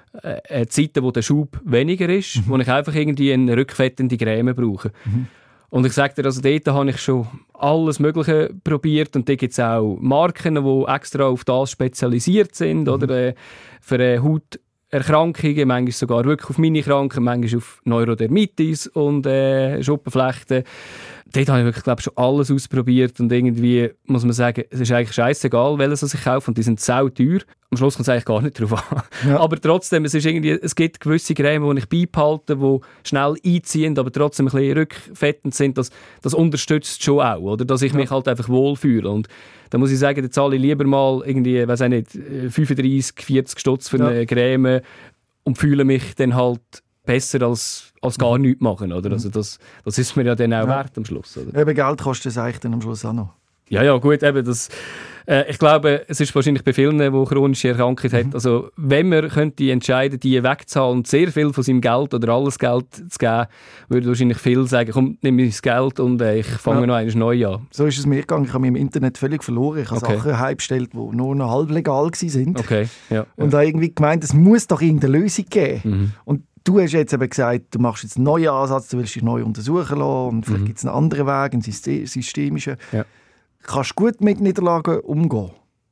äh, Zeiten, wo der Schub weniger ist, mhm. wo ich einfach irgendwie eine rückfettende Creme brauche. Mhm. Und ich sage dir, also dort habe ich schon alles Mögliche probiert. Und da gibt es auch Marken, die extra auf das spezialisiert sind, mhm. oder äh, für äh, Haut Erkrankungen, manchmal sogar wirklich auf meine Kranken, manchmal auf Neurodermitis und äh, Schuppenflechten. Dort habe ich wirklich, glaube ich, schon alles ausprobiert und irgendwie muss man sagen, es ist eigentlich scheissegal, welches ich kaufe und die sind sau teuer. Am Schluss kommt es eigentlich gar nicht drauf an. Ja. Aber trotzdem, es, ist irgendwie, es gibt gewisse Creme, die ich beibehalte, die schnell einziehen, aber trotzdem ein bisschen rückfettend sind. Das, das unterstützt schon auch, oder? Dass ich ja. mich halt einfach wohlfühle. Und da muss ich sagen, da zahle ich lieber mal irgendwie, weiß ich nicht, fünfunddreissig, vierzig Stutz für ja. eine Creme und fühle mich dann halt besser als, als gar nichts machen, oder? Also das, das ist mir ja dann auch ja. wert am Schluss, oder? Eben Geld kostet es eigentlich dann am Schluss auch noch. Ja, ja, gut, eben das... Äh, ich glaube, es ist wahrscheinlich bei vielen, die chronische Erkrankung mhm. haben. Also, wenn man könnte entscheiden, die wegzahlen und sehr viel von seinem Geld oder alles Geld zu geben, würde wahrscheinlich viel sagen, komm, nimm mir das Geld und äh, ich fange ja. noch einmal neu an. So ist es mir gegangen. Ich habe mich im Internet völlig verloren. Ich habe okay. Sachen heimbestellt, die nur noch halb legal waren. Okay. Ja, und ja. habe irgendwie gemeint, es muss doch irgendeine Lösung geben. Mhm. Und du hast jetzt eben gesagt, du machst jetzt einen neuen Ansatz, du willst dich neu untersuchen lassen und vielleicht mhm. gibt es einen anderen Weg, einen systemischen. Ja. Kannst du gut mit Niederlagen umgehen?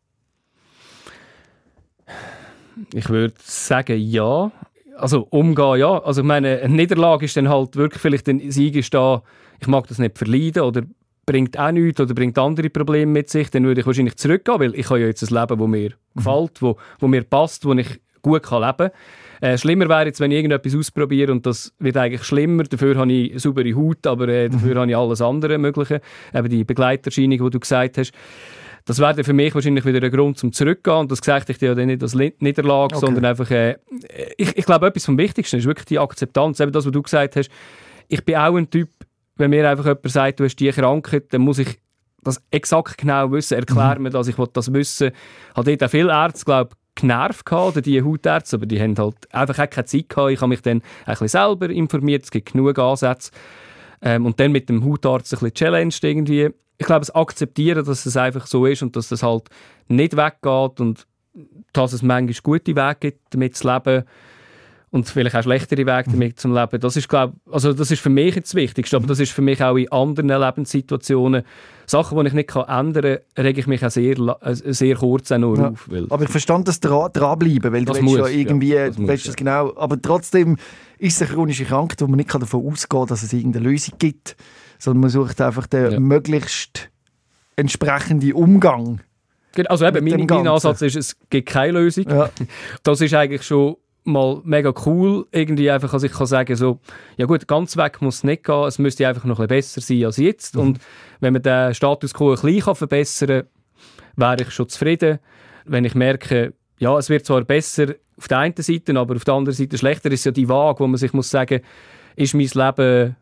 Ich würde sagen, ja. Also umgehen, ja. Also ich meine, eine Niederlage ist dann halt wirklich vielleicht ein Sieg ist da, ich mag das nicht verleiden oder bringt auch nichts oder bringt andere Probleme mit sich, dann würde ich wahrscheinlich zurückgehen, weil ich habe ja jetzt ein Leben, das mir mhm. gefällt, wo, wo mir passt, wo ich gut kann leben kann. Äh, schlimmer wäre jetzt, wenn ich irgendetwas ausprobiere und das wird eigentlich schlimmer. Dafür habe ich eine saubere Haut, aber äh, dafür mhm. habe ich alles andere Mögliche. Eben die Begleiterscheinungen, die du gesagt hast. Das wäre für mich wahrscheinlich wieder ein Grund zum Zurückgehen. Und das sage ich dir ja dann nicht als Niederlage, okay. sondern einfach, äh, ich, ich glaube, etwas vom Wichtigsten ist wirklich die Akzeptanz. Eben das, was du gesagt hast. Ich bin auch ein Typ, wenn mir einfach jemand sagt, du hast diese Krankheit, dann muss ich das exakt genau wissen. Erklär mhm. mir das, ich will das wissen. Ich habe dort auch viele Ärzte, glaube ich, genervt gehabt, oder die Hautärzte, aber die haben halt einfach auch keine Zeit gehabt. Ich habe mich dann ein bisschen selber informiert, es gibt genug Ansätze. Ähm, und dann mit dem Hautarzt ein bisschen challenged irgendwie. Ich glaube, es akzeptieren, dass es einfach so ist und dass das halt nicht weggeht und dass es manchmal gute Wege gibt, damit zu leben und vielleicht auch schlechtere Wege damit zu leben. Das ist, glaube, also das ist für mich das Wichtigste, aber das ist für mich auch in anderen Lebenssituationen Sachen, die ich nicht ändern kann, rege ich mich auch sehr, sehr kurz auch nur ja. auf. Weil aber ich verstand das dra- dranbleiben, weil das du willst muss, ja irgendwie, ja, das du willst muss, das genau, aber trotzdem ist es eine chronische Krankheit, wo man nicht davon ausgehen kann, dass es irgendeine Lösung gibt, sondern man sucht einfach den ja. möglichst entsprechenden Umgang. Also eben, mein, mein Ansatz ist, es gibt keine Lösung. Ja. Das ist eigentlich schon mal mega cool, irgendwie einfach, also ich kann sagen, so, ja gut, ganz weg muss es nicht gehen, es müsste einfach noch ein bisschen besser sein als jetzt. Mhm. Und wenn man den Status quo ein bisschen verbessern kann, wäre ich schon zufrieden. Wenn ich merke, ja, es wird zwar besser auf der einen Seite, aber auf der anderen Seite schlechter, ist ja die Waage, wo man sich muss sagen, ist mein Leben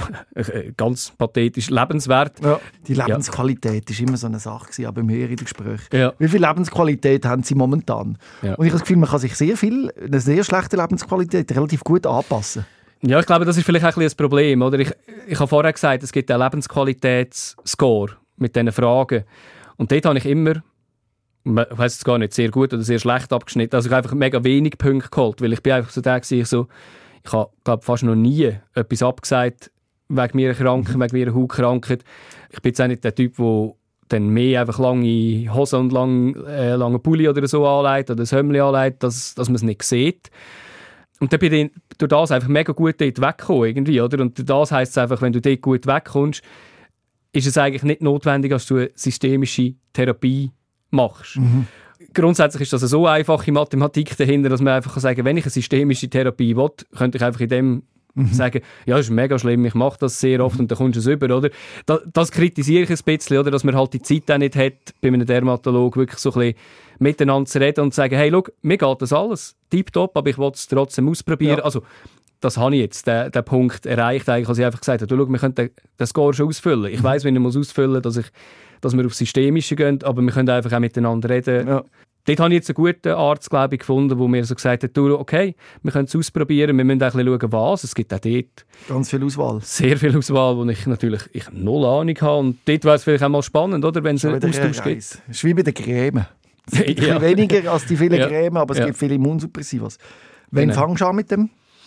ganz pathetisch lebenswert. Ja, die Lebensqualität ja. immer so eine Sache gewesen, aber im Gespräch. Ja. Wie viel Lebensqualität haben Sie momentan? Ja. Und ich habe das Gefühl, man kann sich sehr viel, eine sehr schlechte Lebensqualität relativ gut anpassen. Ja, ich glaube, das ist vielleicht ein, ein Problem. Oder? Ich, ich habe vorher gesagt, es gibt einen Lebensqualitätsscore mit diesen Fragen. Und dort habe ich immer, ich weiss es gar nicht, sehr gut oder sehr schlecht abgeschnitten. Also ich habe einfach mega wenig Punkte geholt, weil ich bin einfach so der gewesen, ich so, ich habe, glaube fast noch nie etwas abgesagt, wegen meiner Krankheit, wegen meiner Hautkrankheit. Ich bin jetzt auch nicht der Typ, der dann mehr einfach lange Hosen und lang, äh, lange Pulli oder so anlegt oder ein Hemdli anlegt, dass, dass man es nicht sieht. Und dann bin ich durch das einfach mega gut dort weggekommen irgendwie, oder? Und durch das heisst es einfach, wenn du dort gut wegkommst, ist es eigentlich nicht notwendig, dass du eine systemische Therapie machst. Mhm. Grundsätzlich ist das eine so einfache Mathematik dahinter, dass man einfach sagen kann, wenn ich eine systemische Therapie will, könnte ich einfach in dem mhm. sagen, ja, das ist mega schlimm, ich mache das sehr oft und dann kommst du es über, oder? Das, das kritisiere ich ein bisschen, oder? Dass man halt die Zeit auch nicht hat, bei einem Dermatologen wirklich so ein bisschen miteinander zu reden und zu sagen, hey, schau, mir geht das alles tipptopp, aber ich will es trotzdem ausprobieren. Ja. Also, das habe ich jetzt, den, den Punkt erreicht, eigentlich, als ich einfach gesagt habe, du, schau, wir können den, den Score schon ausfüllen. Ich weiss, wenn ich muss ausfüllen muss, dass, ich, dass wir auf Systemische gehen, aber wir können einfach auch miteinander reden. Ja. Dort habe ich jetzt einen guten Arzt, glaube ich, gefunden, der mir so gesagt hat, du, okay, wir können es ausprobieren, wir müssen auch ein bisschen schauen, was. Es gibt auch dort ganz viel Auswahl. Sehr viel Auswahl, wo ich natürlich ich null Ahnung habe. Und dort wäre es vielleicht auch mal spannend, oder, wenn es einen Austausch gibt. Es ist wie bei den Creme. Es gibt ja. weniger als die vielen ja. Creme, aber es ja. gibt viele Immunsuppressivas. Wann genau. fängst du an mit dem?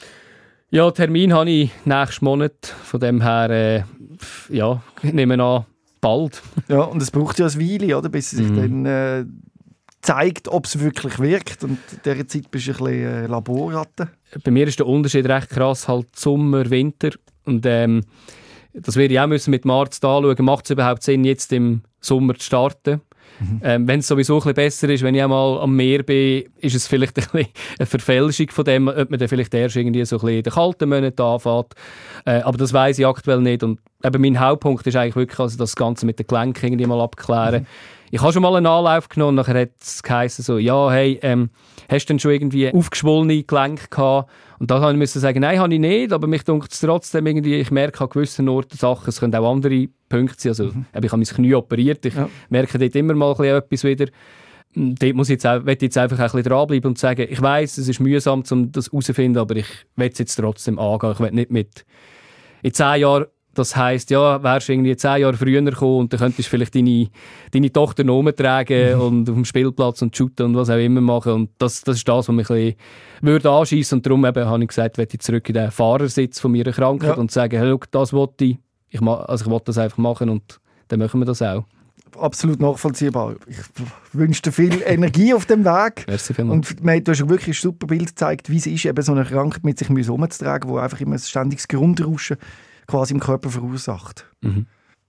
Ja, Termin habe ich nächsten Monat. Von dem her, äh, ja, ich nehme an, bald. Ja, und es braucht ja eine Weile, oder, bis es sich mm. dann äh, zeigt, ob es wirklich wirkt. Und in dieser Zeit bist du ein bisschen äh, Laborratte. Bei mir ist der Unterschied recht krass, halt Sommer, Winter. Und ähm, das werde ich auch müssen mit dem Arzt anschauen. Macht es überhaupt Sinn, jetzt im Sommer zu starten? Mhm. Ähm, wenn es sowieso ein bisschen besser ist, wenn ich einmal am Meer bin, ist es vielleicht ein bisschen eine Verfälschung von dem, ob man dann vielleicht erst irgendwie so ein bisschen in den kalten Monaten anfängt. Äh, aber das weiss ich aktuell nicht. Und eben mein Hauptpunkt ist eigentlich wirklich, also das Ganze mit den Gelenken irgendwie mal abklären. Mhm. Ich habe schon mal einen Anlauf genommen und nachher hat es geheißen so, ja, hey, ähm, hast du denn schon irgendwie aufgeschwollene Gelenke gehabt? Und da musste ich sagen, nein, habe ich nicht, aber mich dunkt es trotzdem irgendwie, ich merke an gewissen Orten Sachen, es können auch andere Punkte sein, also mhm. ich habe mein Knie operiert, ich ja. merke dort immer mal etwas wieder. Dort muss ich jetzt, auch, will ich jetzt einfach ein bisschen dranbleiben und sagen, ich weiss, es ist mühsam, um das herauszufinden, aber ich will es jetzt trotzdem angehen. Ich will nicht mit in zehn Jahren, das heisst, ja, wärst du irgendwie zehn Jahre früher gekommen und dann könntest du vielleicht deine, deine Tochter noch rumtragen mhm. und auf dem Spielplatz und shooten und was auch immer machen. Und das, das ist das, was mich ein bisschen anschiessen würde. Und darum eben, habe ich gesagt, will ich zurück in den Fahrersitz von meiner Krankheit ja. und sagen, hey, look, das will ich. Ich, also ich will das einfach machen und dann machen wir das auch. Absolut nachvollziehbar. Ich wünsche dir viel Energie auf dem Weg. Merci vielmals. Und du hast wirklich ein super Bild gezeigt, wie es ist, eben so eine Krankheit mit sich herumzutragen, die einfach immer ein ständiges Grundrauschen quasi im Körper verursacht. Mhm.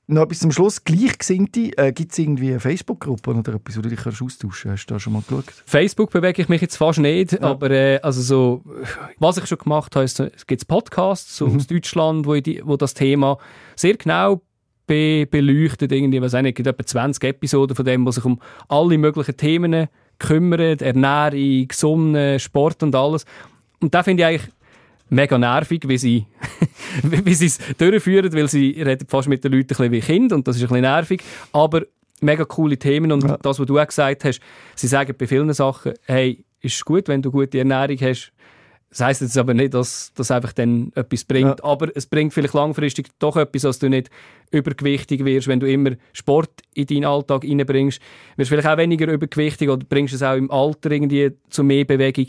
noch etwas zum Schluss. Gleichgesinnte, äh, gibt es irgendwie eine Facebook-Gruppe oder etwas, wo du dich kannst austauschen kannst? Hast du da schon mal geschaut? Facebook bewege ich mich jetzt fast nicht, ja. aber äh, also so, was ich schon gemacht habe, ist, es gibt Podcasts so mhm. aus Deutschland, wo, die, wo das Thema sehr genau be- beleuchtet. Irgendwie, was es gibt etwa zwanzig Episoden von dem, wo sich um alle möglichen Themen kümmern, Ernährung, Sonne, Sport und alles. Und da finde ich eigentlich mega nervig, wie sie, wie sie es durchführen, weil sie reden fast mit den Leuten ein bisschen wie Kinder und das ist ein bisschen nervig, aber mega coole Themen und ja. das, was du auch gesagt hast, sie sagen bei vielen Sachen, hey, ist gut, wenn du gute Ernährung hast. Das heisst jetzt aber nicht, dass das einfach dann etwas bringt, ja. aber es bringt vielleicht langfristig doch etwas, dass du nicht übergewichtig wirst, wenn du immer Sport in deinen Alltag reinbringst. Wirst vielleicht auch weniger übergewichtig oder bringst es auch im Alter irgendwie zu mehr Bewegung.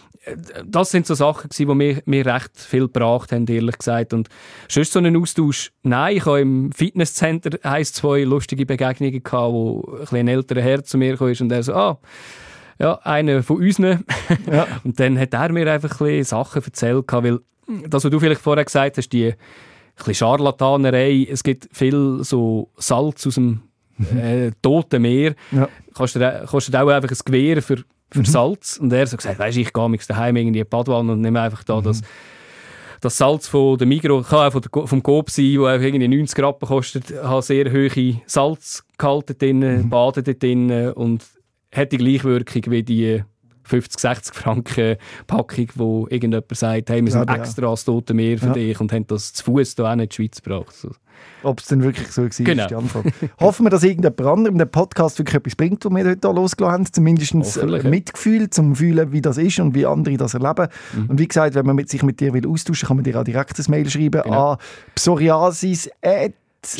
Das sind so Sachen, die mir, mir recht viel gebracht haben, ehrlich gesagt. Und sonst so einen Austausch, nein, ich habe im Fitnesscenter ein, zwei lustige Begegnungen gehabt, wo ein, bisschen ein älterer Herr zu mir kam und er so, ah, ja, einer von uns. Ja. Und dann hat er mir einfach ein bisschen Sachen erzählt, weil das, was du vielleicht vorher gesagt hast, die ein bisschen Scharlatanerei, es gibt viel so Salz aus dem äh, Toten Meer. Ja. Kostet, kostet auch einfach ein Gewehr für für mhm. Salz. Und er hat so gesagt, weisst, ich gehe mich daheim in die Badwanne und nehme einfach da mhm. das, das Salz von der Migros, kann auch von der, vom Coop sein, das irgendwie neunzig Rappen kostet, hat sehr hohe Salzgehalte drin, mhm. badet dort drin und hat die gleiche Wirkung wie die fünfzig, sechzig Franken Packung, wo irgendjemand sagt, hey, wir sind ja, extra ja. als Tote Meer für ja. dich und haben das zu Fuß hier auch in die Schweiz gebracht. So. Ob es denn wirklich so war, genau. ist die Antwort. Hoffen wir, dass irgendjemand anderem den Podcast wirklich etwas bringt, was wir heute hier losgelassen haben. Zumindest ein Mitgefühl, zum Fühlen, wie das ist und wie andere das erleben. Mhm. Und wie gesagt, wenn man mit sich mit dir will austauschen will, kann man dir auch direkt ein Mail schreiben genau. an psoriasis at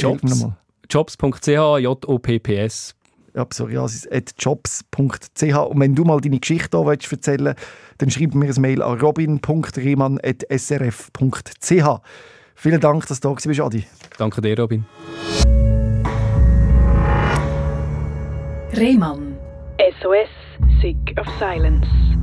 jobs punkt c h j o p p s ja, psoriasis at jobs punkt c h. Und wenn du mal deine Geschichte hier willst erzählen, dann schreib mir ein Mail an robin punkt rehmann at s r f punkt c h. Vielen Dank, dass du da bist, Adi. Danke dir, Robin. Rehmann. S O S Sick of Silence.